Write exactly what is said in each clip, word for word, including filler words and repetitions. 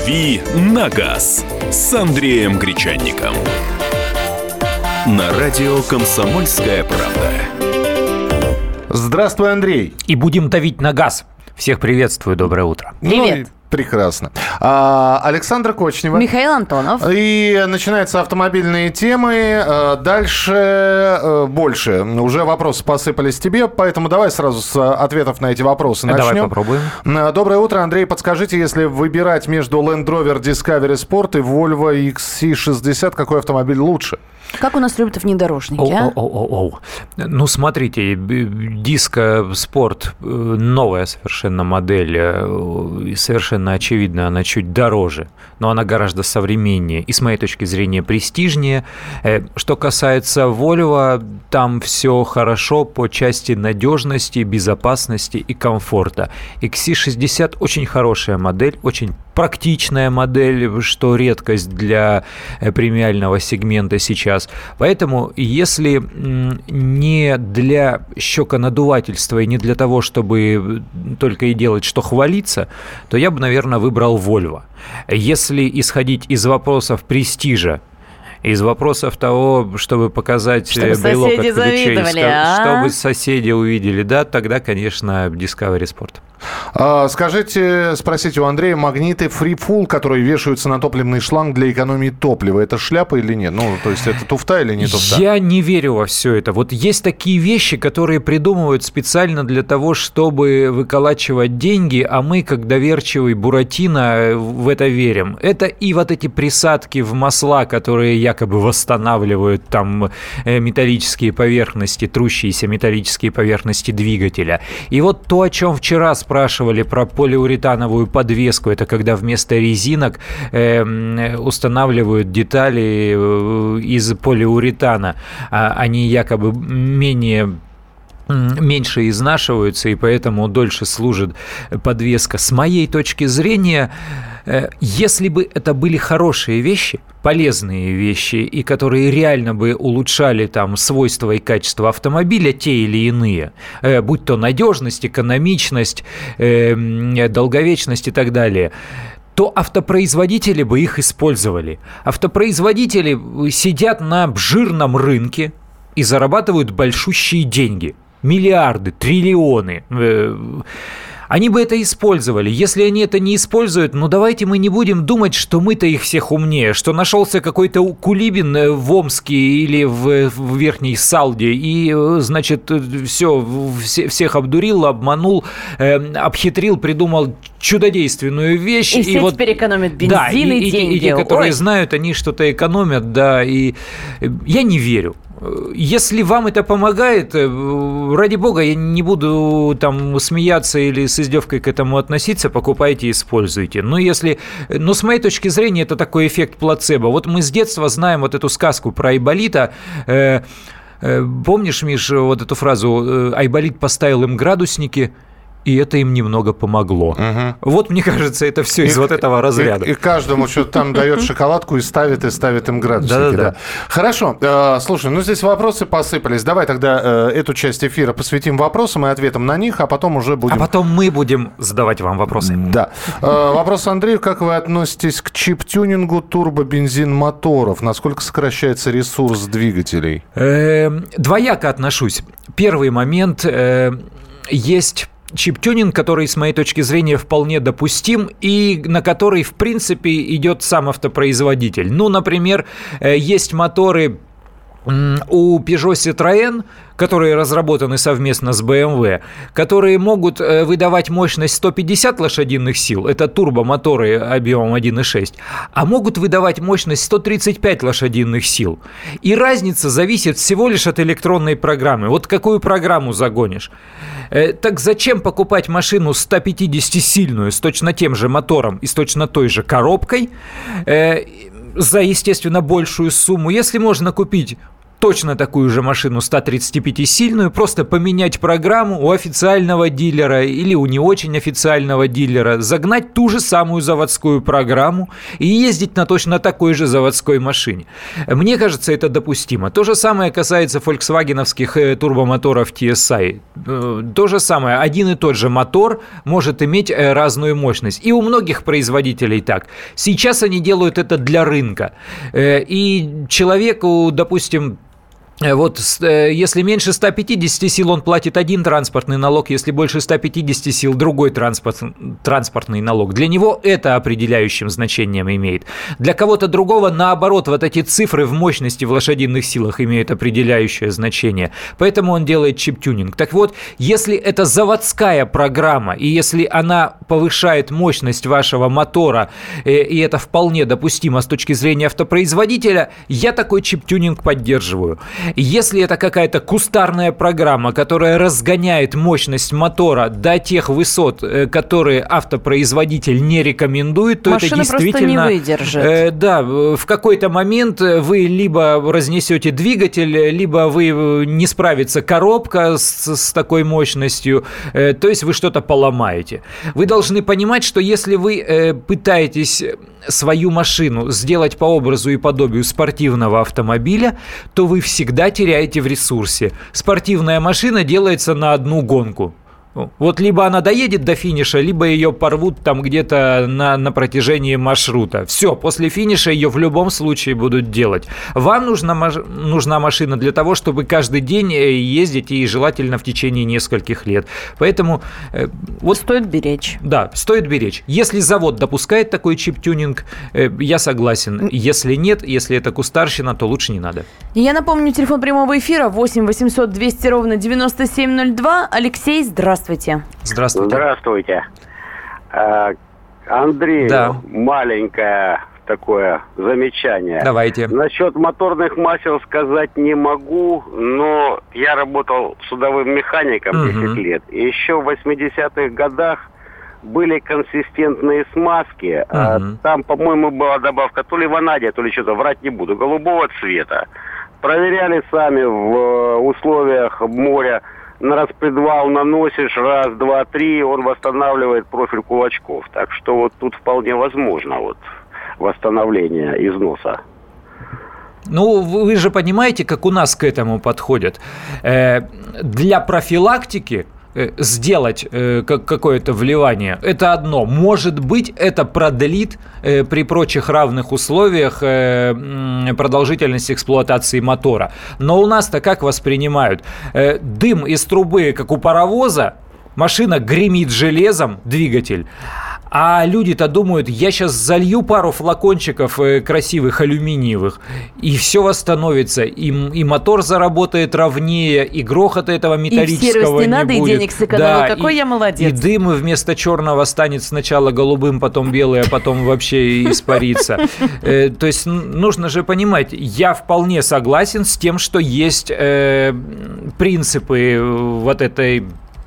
«Дави на газ» с Андреем Гречанником. На радио «Комсомольская правда». Здравствуй, Андрей. И будем давить на газ. Всех приветствую, доброе утро. Привет. Ну, прекрасно. А, Александра Кочнева. Михаил Антонов. И начинаются автомобильные темы. Дальше больше. Уже вопросы посыпались тебе, поэтому давай сразу с ответов на эти вопросы начнем. Давай попробуем. Доброе утро, Андрей. Подскажите, если выбирать между Land Rover Discovery Sport и Volvo икс си шестьдесят, какой автомобиль лучше? Как у нас любят внедорожники, а? О-о-о-о. Ну, смотрите, Disco Sport, новая совершенно модель, совершенно очевидно, она чуть дороже, но она гораздо современнее и, с моей точки зрения, престижнее. Что касается Volvo, там все хорошо по части надежности, безопасности и комфорта. икс си шестьдесят очень хорошая модель, очень практичная модель, что редкость для премиального сегмента сейчас. Поэтому, если не для щеконадувательства и не для того, чтобы только и делать, что хвалиться, то я бы, наверное, выбрал Volvo. Если исходить из вопросов престижа, из вопросов того, чтобы показать чтобы брелок от ключей, а? чтобы соседи увидели, да, тогда, конечно, Discovery Sport. А, скажите, спросите у Андрея, магниты Free Full, которые вешаются на топливный шланг для экономии топлива, это шляпа или нет? Ну, то есть это туфта или не туфта? Я не верю во все это. Вот есть такие вещи, которые придумывают специально для того, чтобы выколачивать деньги, а мы, как доверчивый Буратино, в это верим. Это и вот эти присадки в масла, которые якобы восстанавливают там металлические поверхности, трущиеся металлические поверхности двигателя. И вот то, о чем вчера спрашивали про полиуретановую подвеску, это когда вместо резинок э, устанавливают детали э, из полиуретана. А, они якобы менее... меньше изнашиваются, и поэтому дольше служит подвеска. С моей точки зрения, если бы это были хорошие вещи, полезные вещи, и которые реально бы улучшали там свойства и качество автомобиля, те или иные, будь то надежность, экономичность, долговечность и так далее, то автопроизводители бы их использовали. Автопроизводители сидят на жирном рынке и зарабатывают большущие деньги. Миллиарды, триллионы. Они бы это использовали. Если они это не используют, ну давайте мы не будем думать, что мы-то их всех умнее, что нашелся какой-то Кулибин в Омске или в, в Верхней Салде и, значит, все, всех обдурил, обманул, э, обхитрил, придумал чудодейственную вещь. И, и все вот, теперь экономят бензин, да, и, и деньги. И те, которые Ой. знают, они что-то экономят, да, и я не верю. Если вам это помогает, ради бога, я не буду там смеяться или с издевкой к этому относиться, покупайте, используйте. Но если, но с моей точки зрения, это такой эффект плацебо. Вот мы с детства знаем вот эту сказку про Айболита. Э, э, помнишь, Миш, вот эту фразу «Айболит поставил им градусники», и это им немного помогло. Угу. Вот, мне кажется, это все из и, вот этого разряда. И, и каждому что-то там дает шоколадку и ставит, и ставит им градусники. Да-да-да. Да. Хорошо. Э, слушай, ну здесь вопросы посыпались. Давай тогда э, эту часть эфира посвятим вопросам и ответам на них, а потом уже будем... А потом мы будем задавать вам вопросы. Да. Э, вопрос Андрею. Как вы относитесь к чип-тюнингу турбо-бензин-моторов? Насколько сокращается ресурс двигателей? Двояко отношусь. Первый момент. Есть... чип-тюнинг, который, с моей точки зрения, вполне допустим и на который, в принципе, идет сам автопроизводитель. Ну, например, есть моторы у Peugeot Citroën, которые разработаны совместно с бэ эм вэ, которые могут выдавать мощность сто пятьдесят лошадиных сил, это турбомоторы объемом один и шесть, а могут выдавать мощность сто тридцать пять лошадиных сил. И разница зависит всего лишь от электронной программы. Вот какую программу загонишь. Так зачем покупать машину сто пятидесятисильную с точно тем же мотором и с точно той же коробкой за, естественно, большую сумму, если можно купить точно такую же машину сто тридцать пять-сильную, просто поменять программу у официального дилера или у не очень официального дилера, загнать ту же самую заводскую программу и ездить на точно такой же заводской машине. Мне кажется, это допустимо. То же самое касается фольксвагеновских турбомоторов ти эс ай. То же самое. Один и тот же мотор может иметь разную мощность. И у многих производителей так. Сейчас они делают это для рынка. И человеку, допустим, вот если меньше ста пятидесяти сил, он платит один транспортный налог, если больше ста пятидесяти сил, другой транспорт, транспортный налог. Для него это определяющим значением имеет. Для кого-то другого, наоборот, вот эти цифры в мощности, в лошадиных силах имеют определяющее значение. Поэтому он делает чип-тюнинг. Так вот, если это заводская программа, и если она повышает мощность вашего мотора, и это вполне допустимо с точки зрения автопроизводителя, я такой чип-тюнинг поддерживаю. Если это какая-то кустарная программа, которая разгоняет мощность мотора до тех высот, которые автопроизводитель не рекомендует, то машина это действительно... просто не выдержит. Э, да, в какой-то момент вы либо разнесете двигатель, либо вы не справится коробка с, с такой мощностью, э, то есть вы что-то поломаете. Вы должны понимать, что если вы э, пытаетесь свою машину сделать по образу и подобию спортивного автомобиля, то вы всегда теряете в ресурсе. Спортивная машина делается на одну гонку. Вот либо она доедет до финиша, либо ее порвут там где-то на, на протяжении маршрута. Все, после финиша ее в любом случае будут делать. Вам нужна, нужна машина для того, чтобы каждый день ездить, и желательно в течение нескольких лет. Поэтому... Э, вот, стоит беречь. Да, стоит беречь. Если завод допускает такой чип-тюнинг, э, я согласен. Если нет, если это кустарщина, то лучше не надо. Я напомню, телефон прямого эфира восемь восемьсот двести ровно девяносто семь ноль два. Алексей, здравствуйте. Здравствуйте. Здравствуйте. А, Андрей, да. Маленькое такое замечание. Давайте. Насчет моторных масел сказать не могу, но я работал судовым механиком угу. десять лет. И еще в восьмидесятых годах были консистентные смазки. Угу. А, там, по-моему, была добавка то ли ванадия, то ли что-то, врать не буду, голубого цвета. Проверяли сами в условиях моря. На распредвал наносишь раз, два, три, он восстанавливает профиль кулачков. Так что вот тут вполне возможно вот восстановление износа. Ну, вы же понимаете, как у нас к этому подходят. Э, для профилактики сделать э, как, какое-то вливание, это одно. Может быть, это продлит э, при прочих равных условиях э, продолжительность эксплуатации мотора. Но у нас-то как воспринимают? Э, дым из трубы, как у паровоза, машина гремит железом, двигатель. А люди-то думают, я сейчас залью пару флакончиков красивых алюминиевых, и все восстановится, и, и мотор заработает ровнее, и грохота этого металлического не будет. И в сервис не надо, и денег сэкономил. Да, какой и, я молодец. И дым вместо черного станет сначала голубым, потом белый, а потом вообще испарится. То есть нужно же понимать, я вполне согласен с тем, что есть принципы вот этой...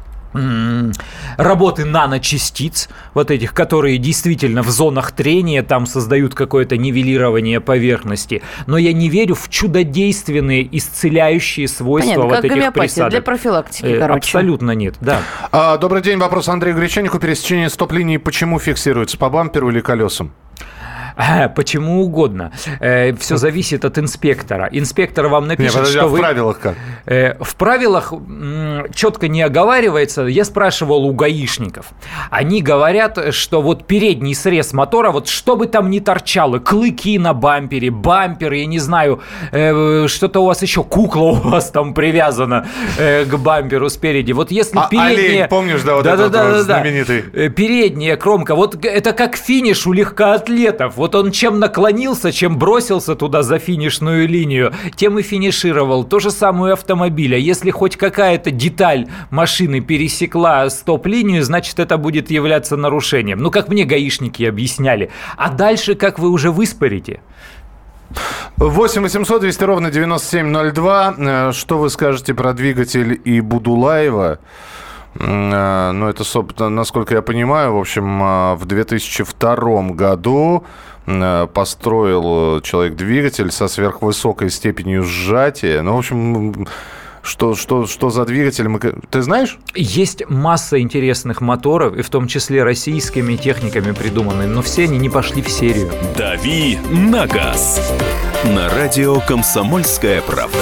работы наночастиц, вот этих, которые действительно в зонах трения там создают какое-то нивелирование поверхности. Но я не верю в чудодейственные исцеляющие свойства. Понятно, вот этих присадок. Для профилактики, э, короче. Абсолютно нет, да. А, добрый день, вопрос Андрею Гречаннику. Пересечение стоп-линии почему фиксируется? По бамперу или колесам? Почему угодно. Э, все зависит от инспектора. Инспектор вам напишет, не, подожди, что а в вы... правилах как? Э, в правилах м, четко не оговаривается. Я спрашивал у гаишников. Они говорят, что вот передний срез мотора, вот что бы там ни торчало, клыки на бампере, бампер, я не знаю, э, что-то у вас еще, кукла у вас там привязана э, к бамперу спереди. Вот если а, передняя... Олень, помнишь, да, вот да, этот да, вот да, знаменитый? Да. Передняя кромка, вот это как финиш у легкоатлетов. Вот он чем наклонился, чем бросился туда за финишную линию, тем и финишировал. То же самое у автомобиля. Если хоть какая-то деталь машины пересекла стоп-линию, значит, это будет являться нарушением. Ну, как мне гаишники объясняли. А дальше как вы уже выспорите? восемь восемьсот двести ровно девяносто семь ноль два. Что вы скажете про двигатель и Будулаева? Ну, это, насколько я понимаю, в общем, в две тысячи втором году построил человек двигатель со сверхвысокой степенью сжатия. Ну, в общем... Что, что, что за двигатель? Ты знаешь? Есть масса интересных моторов, и в том числе российскими техниками придуманные, но все они не пошли в серию. «Дави на газ» на радио «Комсомольская правда».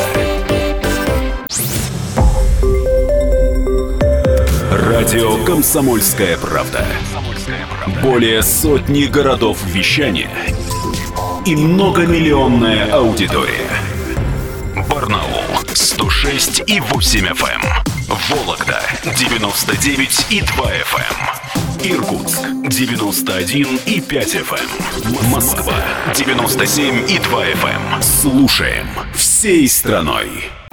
Радио «Комсомольская правда». Более сотни городов вещания и многомиллионная аудитория. Барнаул сто шесть и восемь эф эм, Вологда девяносто девять и два эф эм, Иркутск девяносто один и пять эф эм, Москва девяносто семь и два эф эм. Слушаем всей страной.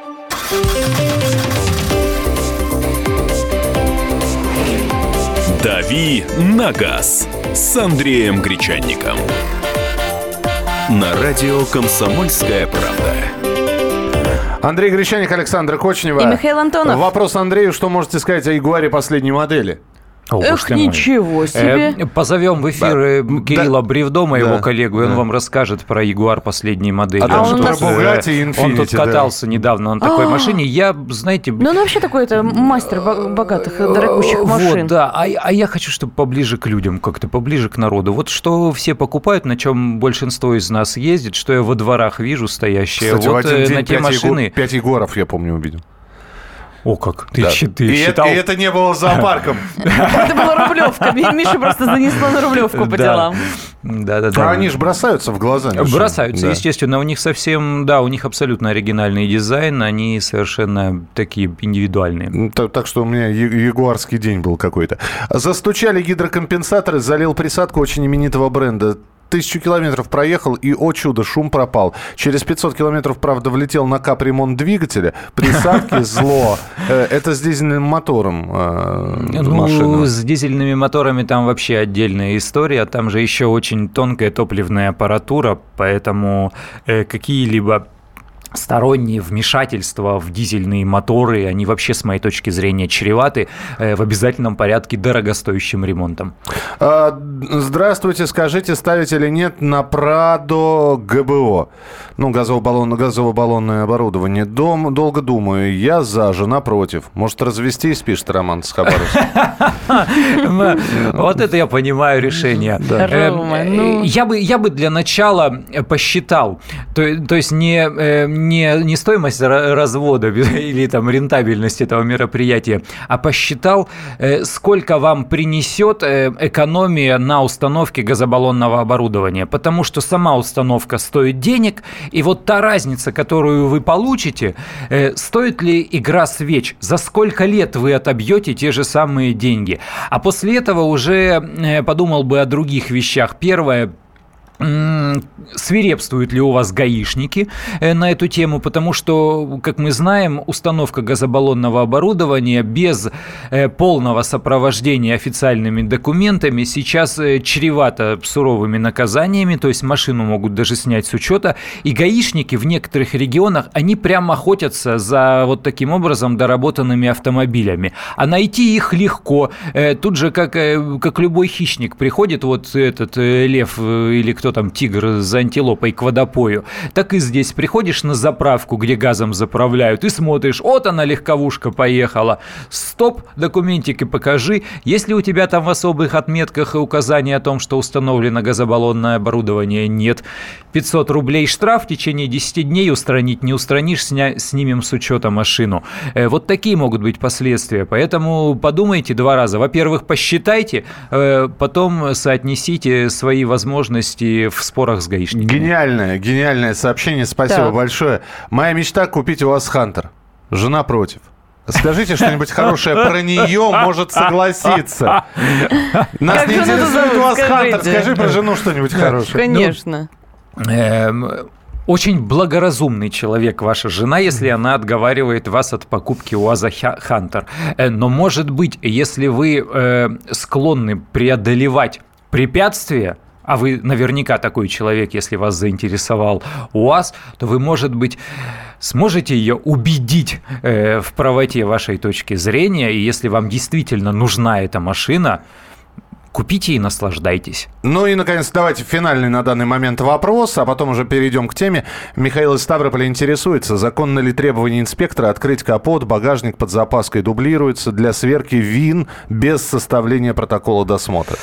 «Дави на газ» с Андреем Гречанником. На радио «Комсомольская правда». Андрей Гречанник, Александра Кочнева. И Михаил Антонов. Вопрос Андрею: что можете сказать о Ягуаре последней модели? О, Эх, ничего себе. Э, позовем в эфир да. Кирилла да. Бревдо, моего да. коллегу, и он да. вам расскажет про Ягуар последней модели. А он, про Бугатти и Инфинити. Он тут катался да. недавно на такой А-а-а. машине. Я, знаете... Ну, он вообще такой-то мастер богатых, дорогущих машин. Вот, да. А, а я хочу, чтобы поближе к людям, как-то поближе к народу. Вот что все покупают, на чем большинство из нас ездит, что я во дворах вижу стоящие. Кстати, вот в один день на те пять машины... Егор, пять Егоров, я помню, увидел. О, как? Ты, да. щ, ты и считал? Это, и это не было зоопарком. Это была Рублевка. Миша просто занесла на Рублевку по делам. Да-да-да. А они же бросаются в глаза. Бросаются, естественно. У них совсем, да, у них абсолютно оригинальный дизайн. Они совершенно такие индивидуальные. Так что у меня ягуарский день был какой-то. Застучали гидрокомпенсаторы, залил присадку очень именитого бренда. Тысячу километров проехал, и, о чудо, шум пропал. Через пятьсот километров, правда, влетел на капремонт двигателя. Присадки зло. Это с дизельным мотором ну, машина. С дизельными моторами там вообще отдельная история. Там же еще очень тонкая топливная аппаратура, поэтому какие-либо сторонние вмешательства в дизельные моторы, они вообще, с моей точки зрения, чреваты в обязательном порядке дорогостоящим ремонтом. Здравствуйте, скажите, ставить или нет на Прадо ГБО? Ну, газово-баллонное, газово-баллонное оборудование. Дом, долго думаю, я за, жена против. Может, развестись, пишет Роман с Хабаровска. Вот это я понимаю решение. Я бы для начала посчитал, то есть не Не, не стоимость развода или там рентабельность этого мероприятия, а посчитал, сколько вам принесет экономия на установке газобаллонного оборудования. Потому что сама установка стоит денег, и вот та разница, которую вы получите, стоит ли игра свеч, за сколько лет вы отобьете те же самые деньги. А после этого уже подумал бы о других вещах. Первое, свирепствуют ли у вас гаишники на эту тему, потому что, как мы знаем, установка газобаллонного оборудования без полного сопровождения официальными документами сейчас чревата суровыми наказаниями, то есть машину могут даже снять с учета, и гаишники в некоторых регионах, они прямо охотятся за вот таким образом доработанными автомобилями, а найти их легко. Тут же, как, как любой хищник, приходит вот этот лев или кто кто там, тигр за антилопой к водопою, так и здесь приходишь на заправку, где газом заправляют, и смотришь, вот она, легковушка поехала. Стоп, документики покажи. Если у тебя там в особых отметках указание о том, что установлено газобаллонное оборудование, нет. пятьсот рублей штраф в течение десять дней, устранить не устранишь, сня- снимем с учета машину. Вот такие могут быть последствия. Поэтому подумайте два раза. Во-первых, посчитайте, потом соотнесите свои возможности в спорах с гаишниками. Гениальное, гениальное сообщение. Спасибо так. большое. Моя мечта — купить у вас Хантер. Жена против. Скажите что-нибудь хорошее про нее, может согласиться. Нас Как не жену интересует зовут, у вас скажите. Хантер. Скажи про жену что-нибудь хорошее. Конечно. Очень благоразумный человек ваша жена, если она отговаривает вас от покупки УАЗа Хантер. Но, может быть, если вы склонны преодолевать препятствия, а вы наверняка такой человек, если вас заинтересовал УАЗ, то вы, может быть, сможете ее убедить э, в правоте вашей точки зрения, и если вам действительно нужна эта машина, купите и наслаждайтесь. Ну и, наконец, давайте финальный на данный момент вопрос, а потом уже перейдем к теме. Михаил из Ставрополя интересуется, законно ли требование инспектора открыть капот, багажник под запаской дублируется для сверки ВИН без составления протокола досмотра?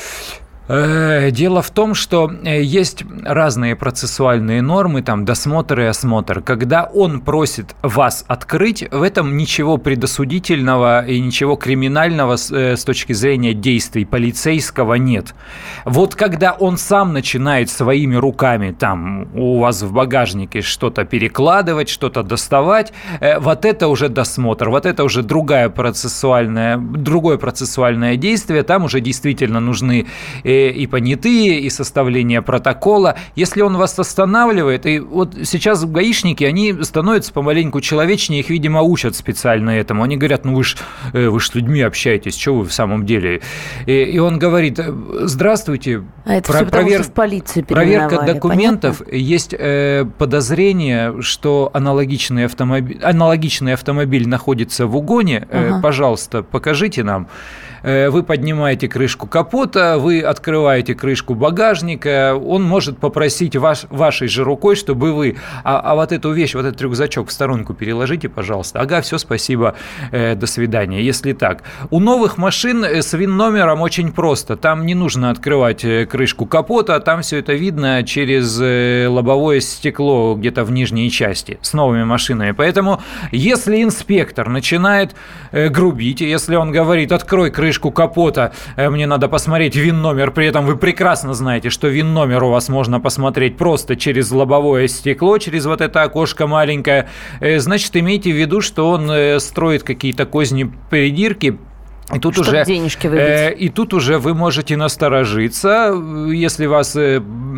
Дело в том, что есть разные процессуальные нормы, там досмотр и осмотр. Когда он просит вас открыть, в этом ничего предосудительного и ничего криминального с, с точки зрения действий полицейского нет. Вот когда он сам начинает своими руками там у вас в багажнике что-то перекладывать, что-то доставать, вот это уже досмотр, вот это уже другая процессуальная, другое процессуальное действие, там уже действительно нужны и понятые, и составление протокола. Если он вас останавливает, и вот сейчас гаишники, они становятся помаленьку человечнее, их, видимо, учат специально этому. Они говорят, ну вы ж, вы ж с людьми общаетесь, что вы в самом деле? И, и он говорит, здравствуйте. А это про, все потому, провер... что в полицию Проверка документов. Понятно? Есть э, подозрение, что аналогичный автомобиль, аналогичный автомобиль находится в угоне. Ага. Э, пожалуйста, покажите нам. Вы поднимаете крышку капота, вы открываете крышку багажника, он может попросить ваш, вашей же рукой, чтобы вы, а, а вот эту вещь, вот этот рюкзачок в сторонку переложите, пожалуйста. Ага, все, спасибо, э, до свидания, если так. У новых машин с ВИН-номером очень просто, там не нужно открывать крышку капота, там все это видно через лобовое стекло где-то в нижней части с новыми машинами. Поэтому, если инспектор начинает э, грубить, если он говорит, открой крышку капота, мне надо посмотреть ВИН-номер, при этом вы прекрасно знаете, что ВИН-номер у вас можно посмотреть просто через лобовое стекло, через вот это окошко маленькое, значит, имейте в виду, что он строит какие-то козни-придирки. И тут, уже, денежки выбить. э, и тут уже вы можете насторожиться, если вас, э,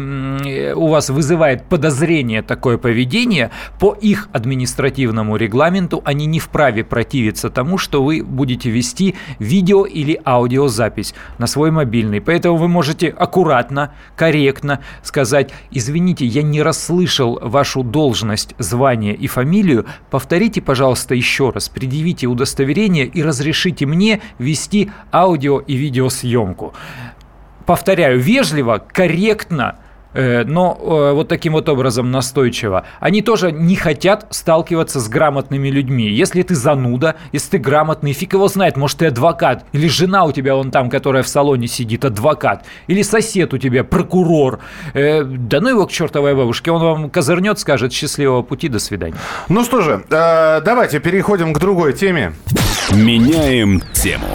у вас вызывает подозрение такое поведение, по их административному регламенту они не вправе противиться тому, что вы будете вести видео или аудиозапись на свой мобильный. Поэтому вы можете аккуратно, корректно сказать, извините, я не расслышал вашу должность, звание и фамилию, повторите, пожалуйста, еще раз, предъявите удостоверение и разрешите мне вести аудио и видеосъемку. Повторяю, вежливо, корректно, но вот таким вот образом настойчиво. Они тоже не хотят сталкиваться с грамотными людьми. Если ты зануда, если ты грамотный, фиг его знает, может, ты адвокат, или жена у тебя вон там, которая в салоне сидит, адвокат, или сосед у тебя, прокурор. Да ну его к чертовой бабушке, он вам козырнет, скажет счастливого пути, до свидания. Ну что же, давайте переходим к другой теме. Меняем тему.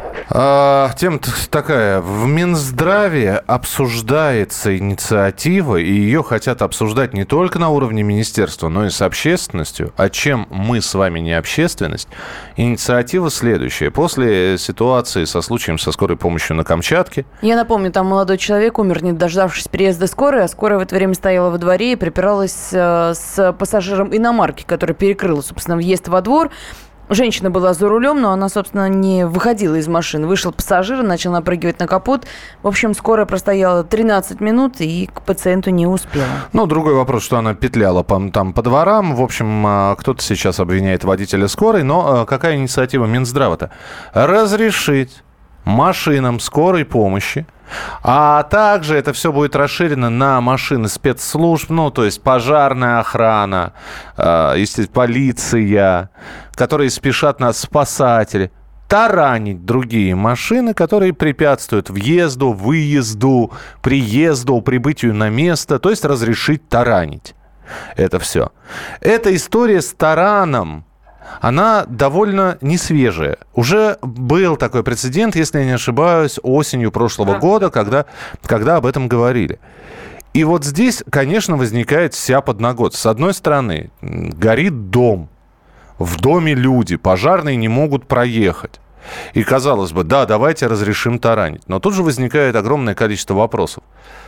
А, тема такая. В Минздраве обсуждается инициатива, и ее хотят обсуждать не только на уровне министерства, но и с общественностью. А чем мы с вами не общественность? Инициатива следующая. После ситуации со случаем со скорой помощью на Камчатке... Я напомню, там молодой человек умер, не дождавшись приезда скорой, а скорая в это время стояла во дворе и припиралась с пассажиром иномарки, которая перекрыла, собственно, въезд во двор. Женщина была за рулем, но она, собственно, не выходила из машины. Вышел пассажир, начал напрыгивать на капот. В общем, скорая простояла тринадцать минут и к пациенту не успела. Ну, другой вопрос, что она петляла по, там по дворам. В общем, кто-то сейчас обвиняет водителя скорой. Но какая инициатива Минздрава-то? Разрешить машинам скорой помощи, а также это все будет расширено на машины спецслужб, ну, то есть пожарная охрана, э, естественно, полиция, которые спешат нас, спасатели, таранить другие машины, которые препятствуют въезду, выезду, приезду, прибытию на место, то есть разрешить таранить. Это все. Эта история с тараном, она довольно несвежая. Уже был такой прецедент, если я не ошибаюсь, осенью прошлого года, когда, когда об этом говорили. И вот здесь, конечно, возникает вся подноготность. С одной стороны, горит дом, в доме люди, пожарные не могут проехать. И казалось бы, да, давайте разрешим таранить. Но тут же возникает огромное количество вопросов.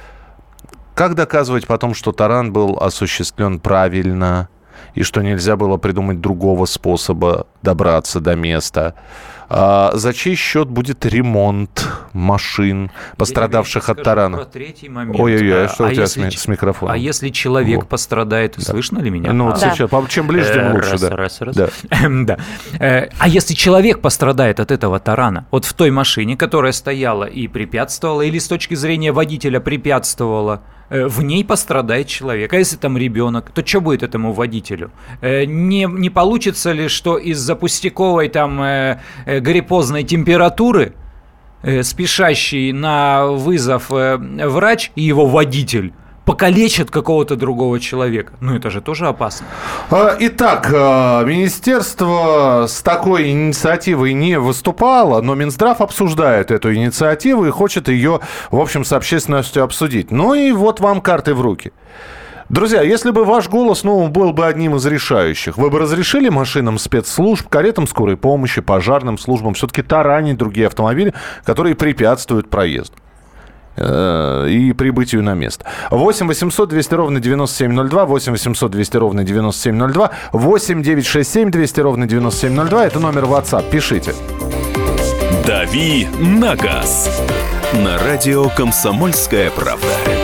Как доказывать потом, что таран был осуществлен правильно, и что нельзя было придумать другого способа добраться до места? А за чей счет будет ремонт машин, пострадавших от тарана. Про третий момент. Ой-ой-ой, что а у тебя если, с микрофоном? А если человек вот. пострадает, да. Слышно ли меня? Ну, а, вот да. сейчас, чем ближе, тем лучше. Раз, да. раз, раз. Да. да. А если человек пострадает от этого тарана, вот в той машине, которая стояла и препятствовала, или с точки зрения водителя препятствовала, в ней пострадает человек. А если там ребенок, то что будет этому водителю? Не, не получится ли, что из-за пустяковой там э, э, гриппозной температуры э, спешащий на вызов э, врач и его водитель покалечат какого-то другого человека? Ну, это же тоже опасно. Итак, министерство с такой инициативой не выступало, но Минздрав обсуждает эту инициативу и хочет ее, в общем, с общественностью обсудить. Ну и вот вам карты в руки. Друзья, если бы ваш голос, ну, был бы одним из решающих, вы бы разрешили машинам спецслужб, каретам скорой помощи, пожарным службам все-таки таранить другие автомобили, которые препятствуют проезду и прибытию на место. восемь восемьсот двести ровно девяносто семь ноль два, восемь восемьсот двести ровно девяносто семь ноль два, восемь девятьсот шестьдесят семь двести ровно девяносто семь ноль два, это номер WhatsApp, пишите. Дави на газ. На радио «Комсомольская правда».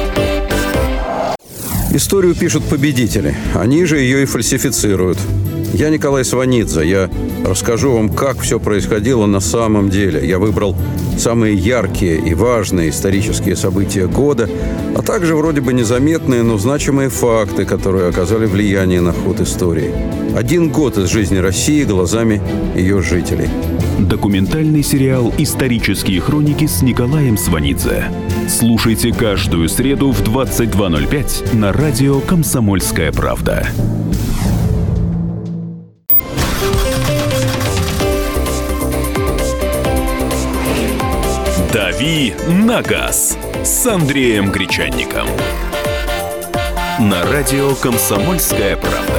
Историю пишут победители. Они же ее и фальсифицируют. Я Николай Сванидзе. Я расскажу вам, как все происходило на самом деле. Я выбрал самые яркие и важные исторические события года, а также вроде бы незаметные, но значимые факты, которые оказали влияние на ход истории. Один год из жизни России глазами ее жителей. Документальный сериал «Исторические хроники» с Николаем Сванидзе. Слушайте каждую среду в двадцать два ноль пять на радио «Комсомольская правда». «Дави на газ» с Андреем Гречанником. На радио «Комсомольская правда».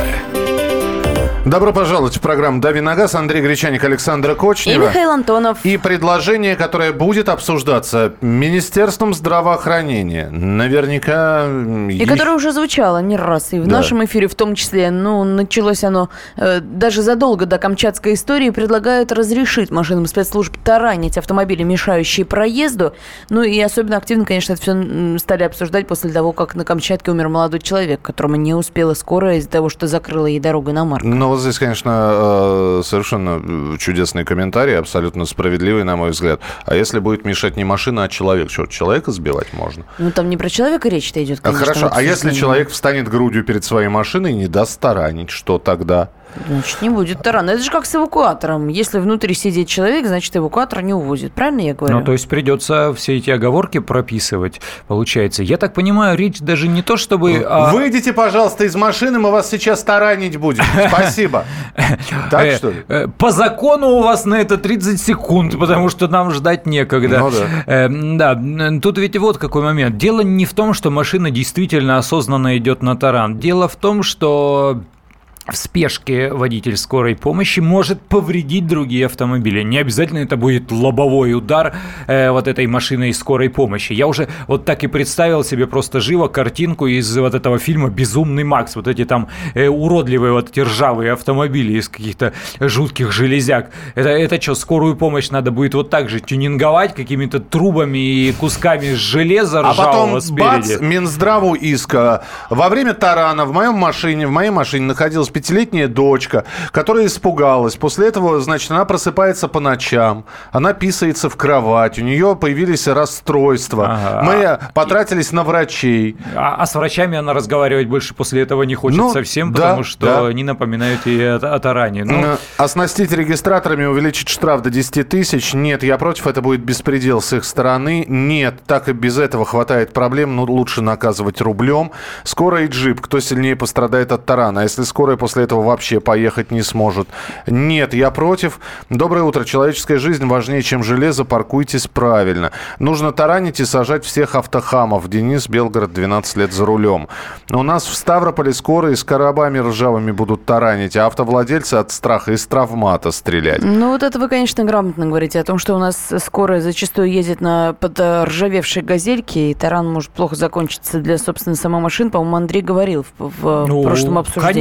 Добро пожаловать в программу «Дави на газ». Андрей Гречаник, Александра Кочнева. И Михаил Антонов. И предложение, которое будет обсуждаться Министерством здравоохранения. Наверняка... И есть... которое уже звучало не раз. И в да. нашем эфире в том числе. Ну, началось оно э, даже задолго до камчатской истории. Предлагают разрешить машинам спецслужб таранить автомобили, мешающие проезду. Ну и особенно активно, конечно, это все стали обсуждать после того, как на Камчатке умер молодой человек, которому не успела скорая из-за того, что закрыла ей дорогу иномарка. Ну, здесь, конечно, совершенно чудесный комментарий, абсолютно справедливый, на мой взгляд. А если будет мешать не машина, а человек? Что, человека сбивать можно? Ну, там не про человека речь-то идет, конечно. Хорошо, а если человек встанет грудью перед своей машиной и не даст таранить, что тогда? Значит, не будет тарана. Это же как с эвакуатором. Если внутри сидит человек, значит, эвакуатор не увозит. Правильно я говорю? Ну, то есть придется все эти оговорки прописывать, получается. Я так понимаю, речь даже не то, чтобы... А... Выйдите, пожалуйста, из машины, мы вас сейчас таранить будем. Спасибо. Так, что ли? По закону у вас на это тридцать секунд, потому что нам ждать некогда. Ну да. Да, тут ведь вот какой момент. Дело не в том, что машина действительно осознанно идет на таран. Дело в том, что... в спешке водитель скорой помощи может повредить другие автомобили. Не обязательно это будет лобовой удар э, вот этой машиной скорой помощи. Я уже вот так и представил себе просто живо картинку из вот этого фильма «Безумный Макс». Вот эти там э, уродливые вот эти ржавые автомобили из каких-то жутких железяк. Это, это что, скорую помощь надо будет вот так же тюнинговать какими-то трубами и кусками железа ржавого спереди? А потом бац, Минздраву иска. Во время тарана в моем машине, в моей машине находилась пятилетняя дочка, которая испугалась. После этого, значит, она просыпается по ночам, она писается в кровать, у нее появились расстройства. Ага. Мы потратились на врачей. А, а с врачами она разговаривать больше после этого не хочет ну, совсем, да, потому что да. они напоминают ей о, о таране. Ну... Оснастить регистраторами, увеличить штраф до десять тысяч. Нет, я против, это будет беспредел с их стороны. Нет, так и без этого хватает проблем, ну лучше наказывать рублем. Скорая и джип, кто сильнее пострадает от тарана? А если скорая после этого вообще поехать не сможет? Нет, я против. Доброе утро. Человеческая жизнь важнее, чем железо. Паркуйтесь правильно. Нужно таранить и сажать всех автохамов. Денис, Белгород, двенадцать лет за рулем. У нас в Ставрополе скорые с коробами ржавыми будут таранить, а автовладельцы от страха из травмата стрелять. Ну вот это вы, конечно, грамотно говорите о том, что у нас скорая зачастую ездит на подржавевшей газельке, и таран может плохо закончиться для, собственно, самой машины. По-моему, Андрей говорил в, в ну, прошлом обсуждении. Конечно,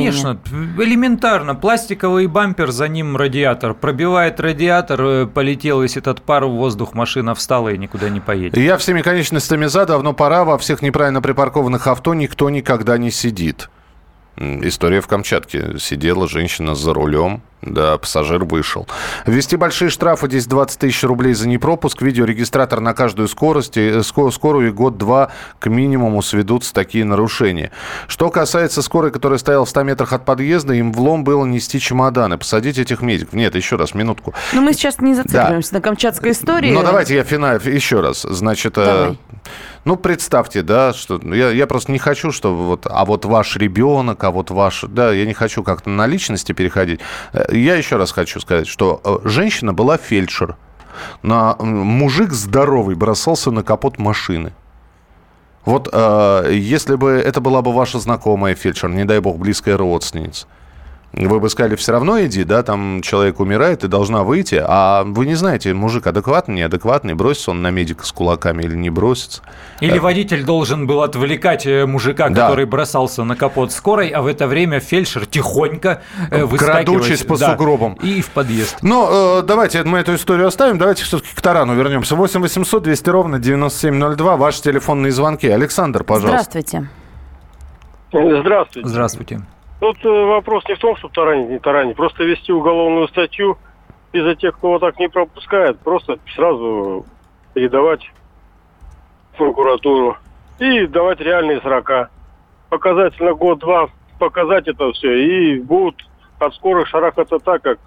Элементарно. Пластиковый бампер, за ним радиатор. Пробивает радиатор, полетел весь этот пар в воздух, машина встала и никуда не поедет. Я всеми конечностями за, давно пора, во всех неправильно припаркованных авто никто никогда не сидит. История в Камчатке. Сидела женщина за рулем, да, пассажир вышел. Ввести большие штрафы, десять двадцать тысяч рублей за непропуск, видеорегистратор на каждую скорость, и, скорую и год-два к минимуму сведутся такие нарушения. Что касается скорой, которая стояла в ста метрах от подъезда, им влом было нести чемоданы, посадить этих медиков. Нет, еще раз, минутку. Но мы сейчас не зацикливаемся да. на камчатской истории. Ну, давайте я финал еще раз. Значит, Давай. ну, представьте, да, что я, я просто не хочу, чтобы вот, а вот ваш ребенок, а вот ваш, да, я не хочу как-то на личности переходить. Я еще раз хочу сказать, что женщина была фельдшер. На, мужик здоровый бросался на капот машины. Вот э, если бы это была бы ваша знакомая фельдшер, не дай бог, близкая родственница, вы бы сказали, все равно иди, да, там человек умирает, ты должна выйти, а вы не знаете, мужик адекватный, неадекватный, бросится он на медика с кулаками или не бросится. Или водитель должен был отвлекать мужика, да. который бросался на капот скорой, а в это время фельдшер тихонько выскакивает. Крадучись по да, сугробам. И в подъезд. Ну, э, давайте мы эту историю оставим, давайте все-таки к тарану вернемся. восемь восемьсот двести ровно девяносто семь ноль два, ваши телефонные звонки. Александр, пожалуйста. Здравствуйте. Здравствуйте. Здравствуйте. Тут вопрос не в том, чтобы таранить, не таранить. Просто вести уголовную статью из-за тех, кто вот так не пропускает. Просто сразу передавать в прокуратуру и давать реальные срока. Показательно год-два показать это все. И будут от скорых шарахаться так, как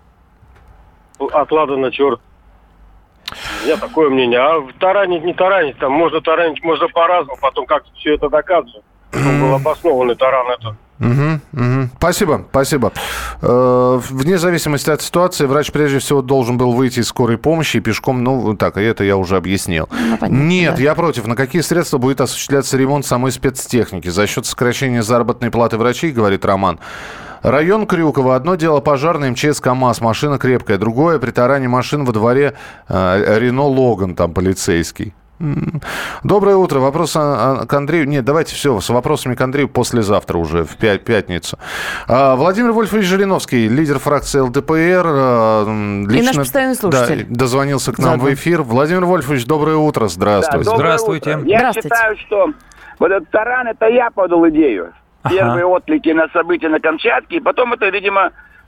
от лада на черт. У меня такое мнение. А таранить, не таранить, там можно таранить, можно по-разному. Потом как все это доказывать. Чтобы был обоснованный таран это. Угу, угу. Спасибо, спасибо. Э, вне зависимости от ситуации, врач прежде всего должен был выйти из скорой помощи и пешком, ну, так, это я уже объяснил. Ну, понятно, Нет, да. я против. На какие средства будет осуществляться ремонт самой спецтехники? За счет сокращения заработной платы врачей, говорит Роман. Район Крюково. Одно дело пожарный, МЧС, КамАЗ, машина крепкая. Другое при таране машин во дворе э, Рено Логан, там полицейский. Доброе утро. Вопрос к Андрею. Нет, давайте все, с вопросами к Андрею послезавтра уже, в пять, пятницу. Владимир Вольфович Жириновский, лидер фракции ЛДПР. Лично, и наш постоянный слушатель. Да, дозвонился к нам Заодно. в эфир. Владимир Вольфович, доброе утро. Здравствуйте. Да, доброе Здравствуйте. Утро. Я Здравствуйте. считаю, что вот этот таран, это я подал идею. Ага. Первые отклики на события на Камчатке, и потом это, видимо,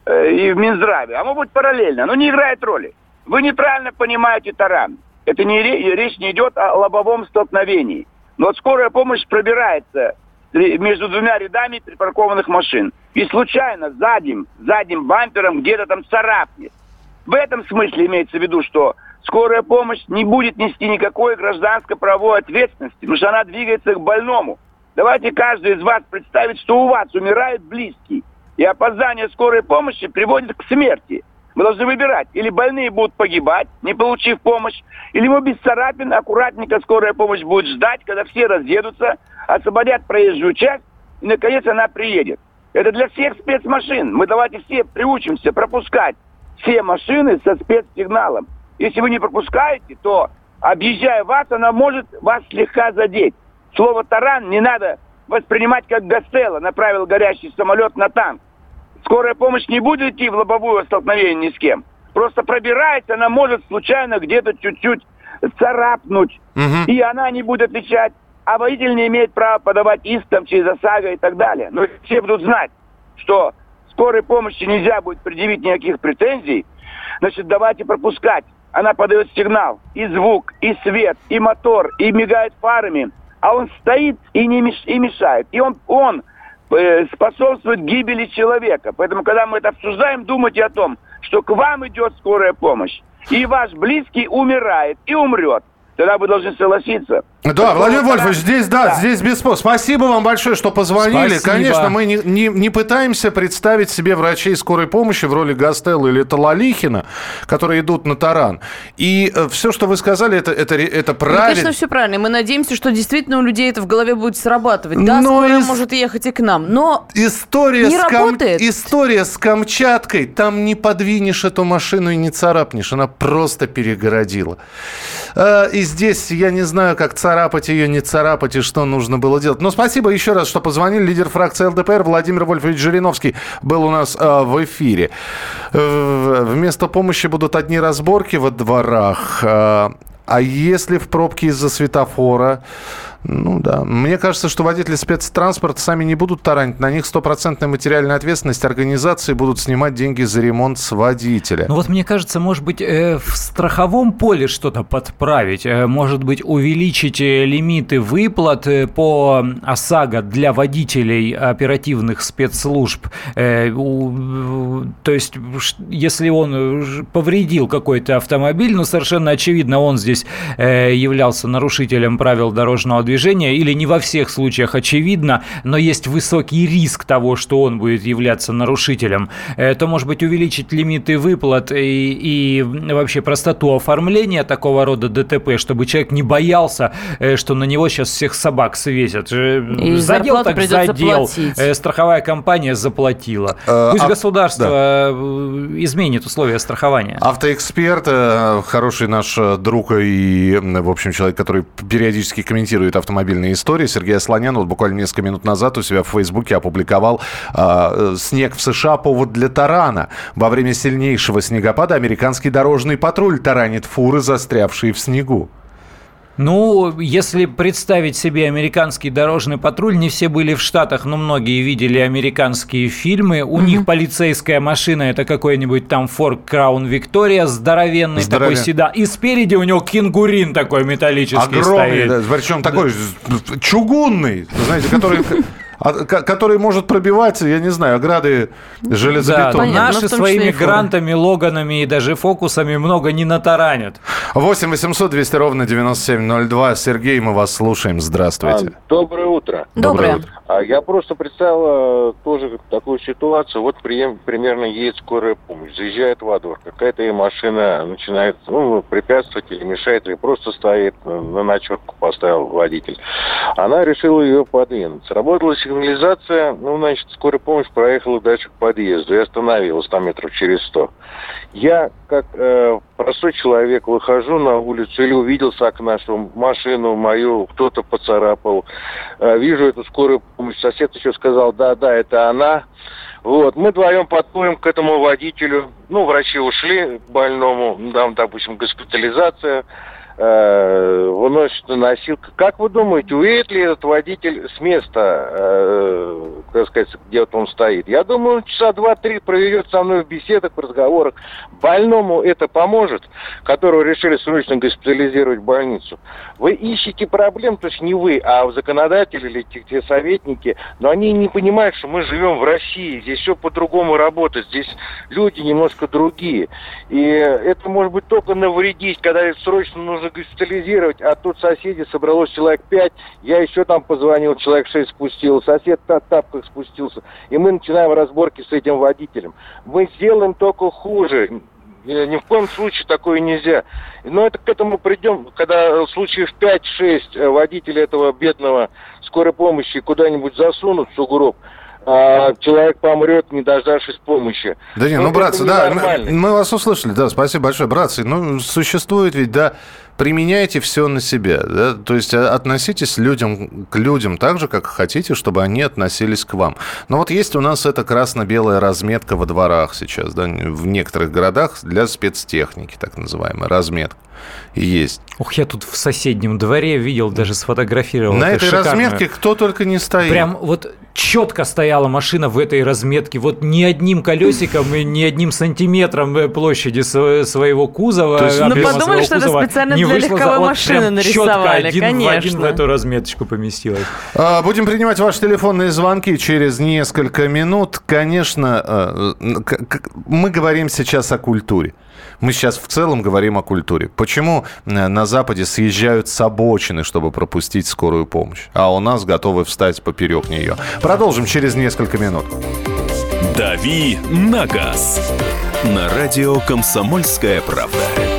и в Минздраве. А может быть параллельно, но не играет роли. Вы неправильно понимаете таран. Это не речь не идет о лобовом столкновении. Но вот скорая помощь пробирается между двумя рядами припаркованных машин. И случайно задним, задним бампером где-то там царапнет. В этом смысле имеется в виду, что скорая помощь не будет нести никакой гражданско-правовой ответственности, потому что она двигается к больному. Давайте каждый из вас представит, что у вас умирает близкий. И опоздание скорой помощи приводит к смерти. Мы должны выбирать. Или больные будут погибать, не получив помощь, или мы без царапин, аккуратненько скорая помощь будет ждать, когда все разъедутся, освободят проезжую часть, и, наконец, она приедет. Это для всех спецмашин. Мы давайте все приучимся пропускать все машины со спецсигналом. Если вы не пропускаете, то, объезжая вас, она может вас слегка задеть. Слово «таран» не надо воспринимать как «Гастелло», направил горящий самолет на танк. Скорая помощь не будет идти в лобовое столкновение ни с кем. Просто пробирается, она может случайно где-то чуть-чуть царапнуть. Угу. И она не будет отвечать. А водитель не имеет права подавать иск там, через ОСАГО и так далее. Но все будут знать, что скорой помощи нельзя будет предъявить никаких претензий. Значит, давайте пропускать. Она подает сигнал. И звук, и свет, и мотор, и мигает фарами. А он стоит и, не меш... и мешает. И он... он способствует гибели человека. Поэтому, когда мы это обсуждаем, думайте о том, что к вам идет скорая помощь, и ваш близкий умирает и умрет. Тогда вы должны согласиться. Да, Владимир Вольфович, здесь, да, да, здесь без спора. Спасибо вам большое, что позвонили. Спасибо. Конечно, мы не, не, не пытаемся представить себе врачей скорой помощи в роли Гастелло или Талалихина, которые идут на таран. И э, все, что вы сказали, это, это, это правильно. Ну, конечно, все правильно. Мы надеемся, что действительно у людей это в голове будет срабатывать. Да, но скорая из... может ехать и к нам, но история не с работает. Кам... История с Камчаткой, там не подвинешь эту машину и не царапнешь. Она просто перегородила. Э, и здесь, я не знаю, как царапнешь царапать ее, не царапать, и что нужно было делать. Но спасибо еще раз, что позвонили. Лидер фракции ЛДПР Владимир Вольфович Жириновский был у нас э, в эфире. Э, вместо помощи будут одни разборки во дворах. Э, а если в пробке из-за светофора... Ну да. Мне кажется, что водители спецтранспорта сами не будут таранить. На них стопроцентная материальная ответственность. Организации будут снимать деньги за ремонт с водителя. Ну вот мне кажется, может быть, э, в страховом поле что-то подправить. Э, может быть, увеличить э, лимиты выплат э, по ОСАГО для водителей оперативных спецслужб. Э, у, то есть, если он повредил какой-то автомобиль, ну совершенно очевидно, он здесь э, являлся нарушителем правил дорожного движения, или не во всех случаях очевидно, но есть высокий риск того, что он будет являться нарушителем, то, может быть, увеличить лимиты выплат и, и вообще простоту оформления такого рода ДТП, чтобы человек не боялся, что на него сейчас всех собак свесят. И задел так задел, платить. Страховая компания заплатила. А, Пусть а, государство да. изменит условия страхования. Автоэксперт, хороший наш друг и, в общем, человек, который периодически комментирует автомобильные истории. Сергей Асланян вот буквально несколько минут назад у себя в Фейсбуке опубликовал э, снег в США повод для тарана. Во время сильнейшего снегопада американский дорожный патруль таранит фуры, застрявшие в снегу. Ну, если представить себе американский дорожный патруль, не все были в Штатах, но многие видели американские фильмы. У mm-hmm. них полицейская машина, это какой-нибудь там Ford Crown Victoria, здоровенный Здоровен. такой седан. И спереди у него кенгурин такой металлический Огромный, стоит. Да, причем да. такой чугунный, знаете, который... который может пробивать, я не знаю, ограды железобетона. Да, наши своими грантами, Логанами и даже Фокусами много не натаранят. восемь восемьсот двести ровно девяносто семь ноль два. Сергей, мы вас слушаем. Здравствуйте. А, доброе утро. Доброе. утро. А я просто представил тоже такую ситуацию. Вот при, примерно едет скорая помощь, заезжает во двор. Какая-то ей машина начинает ну, препятствовать или мешает, или просто стоит, на ночетку поставил водитель. Она решила ее подвинуть. Сработала сигнализация, ну, значит, скорая помощь проехала дальше к подъезду и остановилась там метров через сто. Я, как э, простой человек, выхожу на улицу или увидел с окна, что машину мою кто-то поцарапал. Э, вижу эту скорую помощь. Сосед еще сказал, да-да, это она. Вот, мы вдвоем подходим к этому водителю. Ну, врачи ушли к больному, там, допустим, госпитализация. Э, выносит на носилку. Как вы думаете, уедет ли этот водитель с места, э, так сказать, где вот он стоит? Я думаю, часа два-три проведет со мной в беседах, в разговорах. Больному это поможет, которого решили срочно госпитализировать в больницу. Вы ищете проблем, то есть не вы, а законодатели или те, те советники, но они не понимают, что мы живем в России, здесь все по-другому работает, здесь люди немножко другие. И это может быть только навредить, когда срочно нужно госпитализировать, а тут соседи собралось человек пять, я еще там позвонил, человек шесть спустил, сосед в тапках спустился, и мы начинаем разборки с этим водителем. Мы сделаем только хуже. Ни в коем случае такое нельзя. Но это к этому придем, когда случаев пять-шесть водителей этого бедного скорой помощи куда-нибудь засунут в сугроб, а человек помрет, не дождавшись помощи. Да не, ну, братцы, да, мы, мы вас услышали, да, спасибо большое. Братцы, ну, существует ведь, да, применяйте все на себя, да, то есть относитесь людям, к людям так же, как хотите, чтобы они относились к вам. Но вот есть у нас эта красно-белая разметка во дворах сейчас, да, в некоторых городах для спецтехники, так называемая разметка. Есть. Ух, я тут в соседнем дворе видел, даже сфотографировал. На этой шикарную. разметке кто только не стоит. Прям вот четко стояла машина в этой разметке. Вот ни одним колесиком и ни одним сантиметром площади своего кузова. То есть, ну, подумали, что это специально для легковой вот машины нарисовали, один конечно. В один в эту разметочку поместилось. Будем принимать ваши телефонные звонки через несколько минут. Конечно, мы говорим сейчас о культуре. Мы сейчас в целом говорим о культуре. Почему на Западе съезжают с обочины, чтобы пропустить скорую помощь, а у нас готовы встать поперек нее? Продолжим через несколько минут. «Дави на газ» на радио «Комсомольская правда».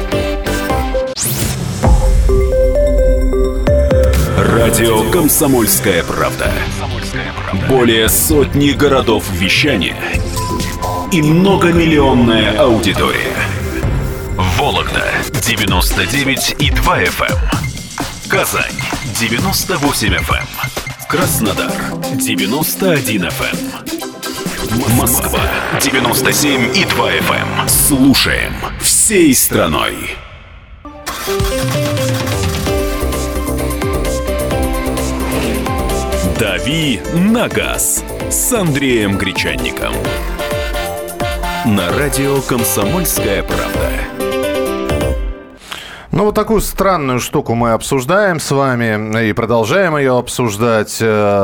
Радио «Комсомольская правда». Более сотни городов вещания и многомиллионная аудитория. Вологда девяносто девять и два эф эм, Казань девяносто восемь эф эм, Краснодар девяносто один эф эм, Москва девяносто семь и два эф эм. Слушаем всей страной. «Дави на газ» с Андреем Гречанником. На радио «Комсомольская правда». Ну, вот такую странную штуку мы обсуждаем с вами и продолжаем ее обсуждать.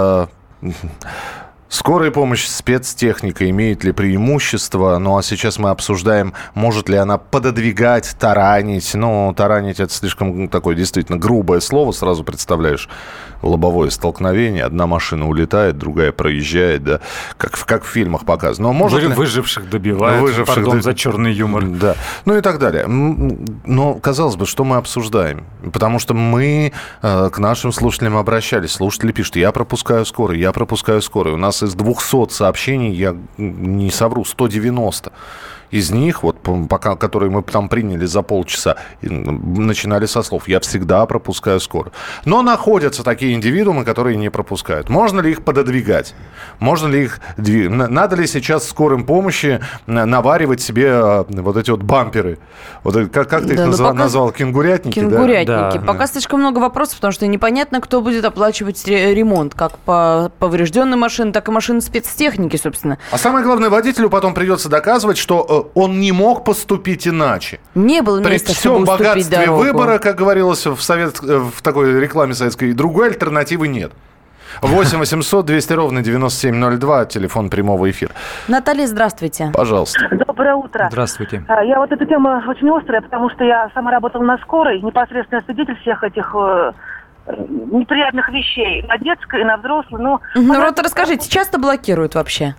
Скорая помощь, спецтехника имеет ли преимущество? Ну, а сейчас мы обсуждаем, может ли она пододвигать, таранить. Ну, таранить – это слишком такое действительно грубое слово. Сразу представляешь лобовое столкновение. Одна машина улетает, другая проезжает, да, как, как в фильмах показано. Но может Вы, ли... Выживших добивают, выживших пардон д... за черный юмор. Да, ну и так далее. Но, казалось бы, что мы обсуждаем? Потому что мы э, к нашим слушателям обращались. Слушатели пишут, я пропускаю скорую, я пропускаю скорую. У нас из двухсот сообщений, я не совру, сто девяносто. Из них, вот, пока, которые мы там приняли за полчаса, начинали со слов «я всегда пропускаю скорую». Но находятся такие индивидуумы, которые не пропускают. Можно ли их пододвигать? Можно ли их двигать? Надо ли сейчас скорым помощи наваривать себе вот эти вот бамперы? Вот, как, как ты да, их назва, пока... назвал? Кенгурятники? Кенгурятники. Да? Пока да. слишком много вопросов, потому что непонятно, кто будет оплачивать ремонт. Как по поврежденной машине, так и машины спецтехники, собственно. А самое главное, водителю потом придется доказывать, что он не мог поступить иначе. Не было места, при всем богатстве дорогу. Выбора, как говорилось в, совет, в такой рекламе советской, другой альтернативы нет. восемь восемьсот двести ровно девяносто семь ноль два, телефон прямого эфира. Наталья, здравствуйте. Пожалуйста. Доброе утро. Здравствуйте. Я вот эта тема очень острая, потому что я сама работала на скорой, непосредственно свидетель всех этих э, неприятных вещей, на детской и на взрослой. Но ну вот расскажите, часто блокируют вообще?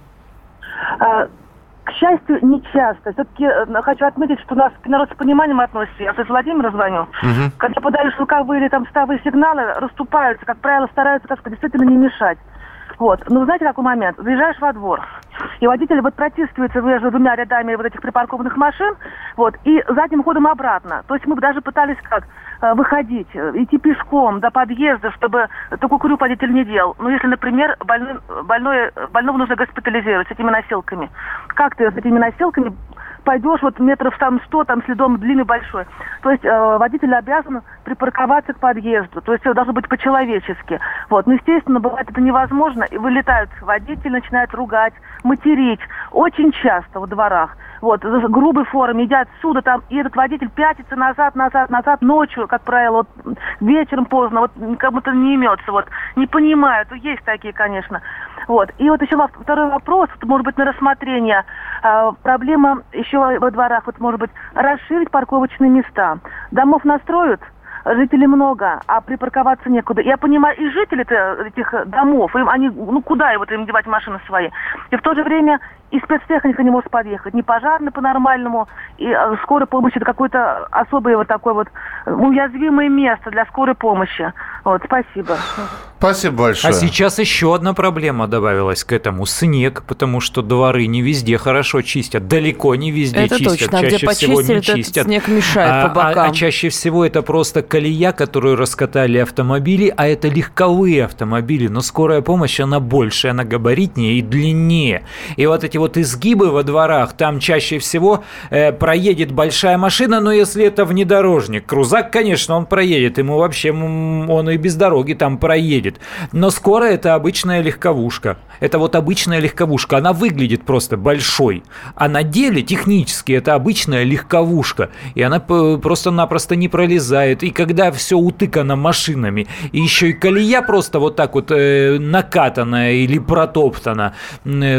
А, К счастью, не часто. Все-таки э, хочу отметить, что у нас народ с пониманием относится. Я с Владимира звоню. Угу. Когда подаешь звуковые или там ставые сигналы, расступаются, как правило, стараются, так сказать, действительно не мешать. Вот. Но знаете, какой момент? Заезжаешь во двор, и водитель вот протискивается между двумя рядами вот этих припаркованных машин, вот, и задним ходом обратно. То есть мы даже пытались как э, выходить, идти пешком до подъезда, чтобы такой крюк водитель не делал. Ну, если, например, больной, больной, больного нужно госпитализировать с этими носилками. Как ты с этими носилками пойдешь вот метров там сто, там следом длинный большой. То есть э, водитель обязан припарковаться к подъезду. То есть все должно быть по-человечески. Вот. Но, естественно, бывает это невозможно. И вылетают водители, начинают ругать, материть. Очень часто во дворах. Вот, в грубой форме, идя отсюда, там, и этот водитель пятится назад, назад, назад, ночью, как правило, вот, вечером поздно, вот, кому-то не имется, вот, не понимают, есть такие, конечно. Вот, и вот еще второй вопрос, может быть, на рассмотрение, а, проблема еще во дворах, вот, может быть, расширить парковочные места. Домов настроят, жителей много, а припарковаться некуда. Я понимаю, и жители-то этих домов, им, они, ну, куда вот им девать машины свои? И в то же время и спецтехника не может подъехать, не пожарный по-нормальному, и а, скорая помощь — это какое-то особое вот такое вот уязвимое место для скорой помощи. Вот, спасибо. Спасибо большое. А сейчас еще одна проблема добавилась к этому. Снег, потому что дворы не везде хорошо чистят, далеко не везде это чистят. Точно. Чаще где всего не чистят. Снег мешает а, по бокам. А, а чаще всего это просто колея, которую раскатали автомобили, а это легковые автомобили, но скорая помощь, она больше, она габаритнее и длиннее. И вот эти вот изгибы во дворах, там чаще всего э, проедет большая машина, но если это внедорожник, крузак, конечно, он проедет, ему вообще он и без дороги там проедет. Но скорая — это обычная легковушка. Это вот обычная легковушка. Она выглядит просто большой. А на деле технически это обычная легковушка. И она просто-напросто не пролезает. И когда все утыкано машинами, и еще и колея просто вот так вот э, накатанная или протоптана, э,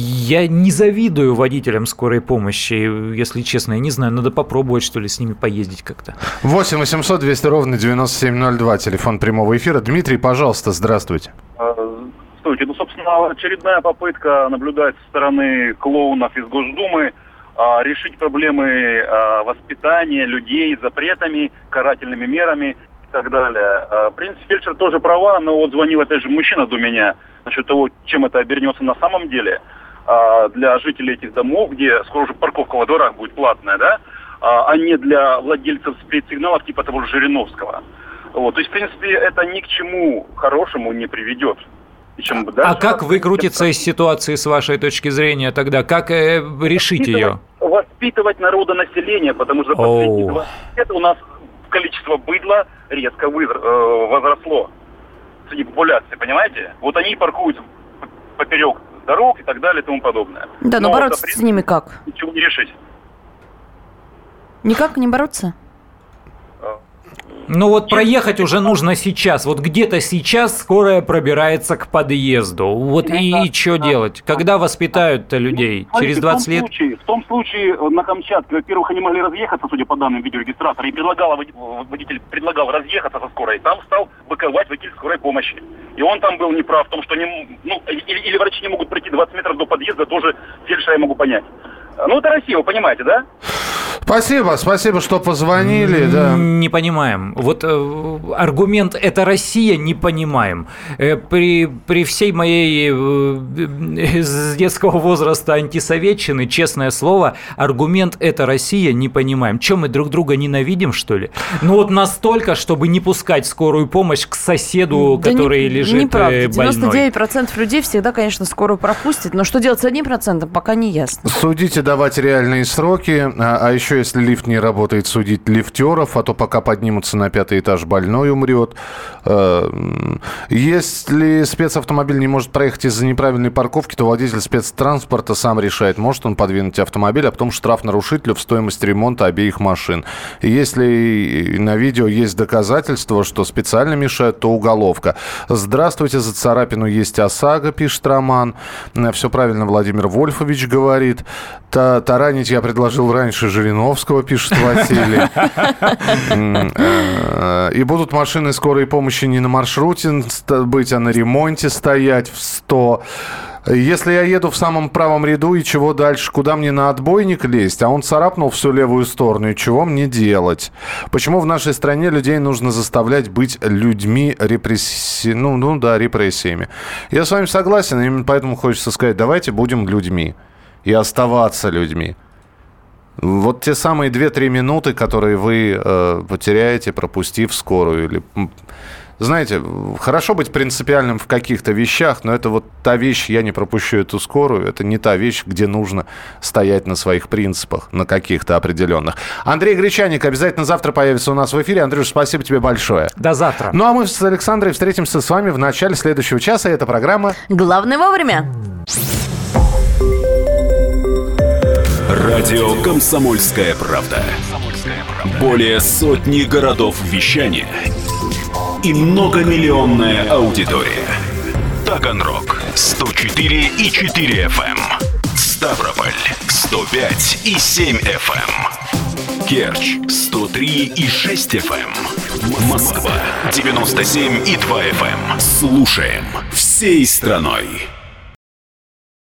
я не завидую водителям скорой помощи, если честно. Я не знаю, надо попробовать, что ли, с ними поездить как-то. восемь восемьсот двести ровно девяносто семь ноль два, телефон прямого эфира. Дмитрий, пожалуйста, здравствуйте. Здравствуйте. Ну, собственно, очередная попытка наблюдать со стороны клоунов из Госдумы а, решить проблемы а, воспитания людей запретами, карательными мерами и так далее. А, в принципе, фельдшер тоже права, но вот звонил опять же мужчина до меня насчет того, чем это обернется на самом деле а, для жителей этих домов, где скоро уже парковка во дворах будет платная, да, а, а не для владельцев спецсигналов типа того же Жириновского. Вот, то есть, в принципе, это ни к чему хорошему не приведет. Чем бы дальше, а как выкрутиться из ситуации с вашей точки зрения тогда? Как э, решить ее? Воспитывать народонаселение, потому что последние двадцать лет у нас количество быдла резко возросло среди популяции, понимаете? Вот они паркуются поперек дорог и так далее и тому подобное. Да, но, но бороться с ними как? Ничего не решить. Никак не бороться? Ну вот проехать уже нужно сейчас. Вот где-то сейчас скорая пробирается к подъезду. Вот и, да, и что да. делать? Когда воспитают-то людей? Ну, Через двадцать лет? Случае, в том случае на Камчатке, во-первых, они могли разъехаться, судя по данным видеорегистратора, и предлагал, водитель предлагал разъехаться со скорой. Там стал быковать водитель скорой помощи. И он там был неправ в том, что не, ну, или, или врачи не могут пройти двадцать метров до подъезда, тоже фельдшера я могу понять. Ну, это Россия, вы понимаете, да? Спасибо, спасибо, что позвонили. Да. Не понимаем. Вот э, аргумент «это Россия» не понимаем. Э, при, при всей моей э, с детского возраста антисоветчины, честное слово, аргумент «это Россия» не понимаем. Чем мы друг друга ненавидим, что ли? Ну вот настолько, чтобы не пускать скорую помощь к соседу, да который не, лежит неправда. больной. девяносто девять процентов людей всегда, конечно, скорую пропустят, но что делать с одним процентом, пока не ясно. Судите, давать реальные сроки, а, а еще если лифт не работает, судить лифтеров, а то пока поднимутся на пятый этаж, больной умрет. Если спецавтомобиль не может проехать из-за неправильной парковки, то водитель спецтранспорта сам решает, может он подвинуть автомобиль, а потом штраф нарушителю в стоимость ремонта обеих машин. Если на видео есть доказательства, что специально мешают, то уголовка. Здравствуйте, за царапину есть ОСАГО, пишет Роман. Все правильно Владимир Вольфович говорит. Таранить я предложил раньше Жириновского, пишет Василий. И будут машины скорой помощи не на маршруте быть, а на ремонте стоять в сто. Если я еду в самом правом ряду, и чего дальше? Куда мне на отбойник лезть? А он царапнул всю левую сторону, и чего мне делать? Почему в нашей стране людей нужно заставлять быть людьми репресси... ну, ну да, репрессиями? Я с вами согласен, именно поэтому хочется сказать, давайте будем людьми и оставаться людьми. Вот те самые две-три минуты, которые вы э, потеряете, пропустив скорую. Или... Знаете, хорошо быть принципиальным в каких-то вещах, но это вот та вещь, я не пропущу эту скорую, это не та вещь, где нужно стоять на своих принципах, на каких-то определенных. Андрей Гречаник обязательно завтра появится у нас в эфире. Андрюш, спасибо тебе большое. До завтра. Ну а мы с Александрой встретимся с вами в начале следующего часа. Это программа «Главное вовремя». Радио «Комсомольская правда». Более сотни городов вещания и многомиллионная аудитория. Таганрог сто четыре и четыре эф эм, Ставрополь сто пять и семь эф эм, Керчь сто три и шесть эф эм, Москва девяносто семь и два эф эм. Слушаем всей страной.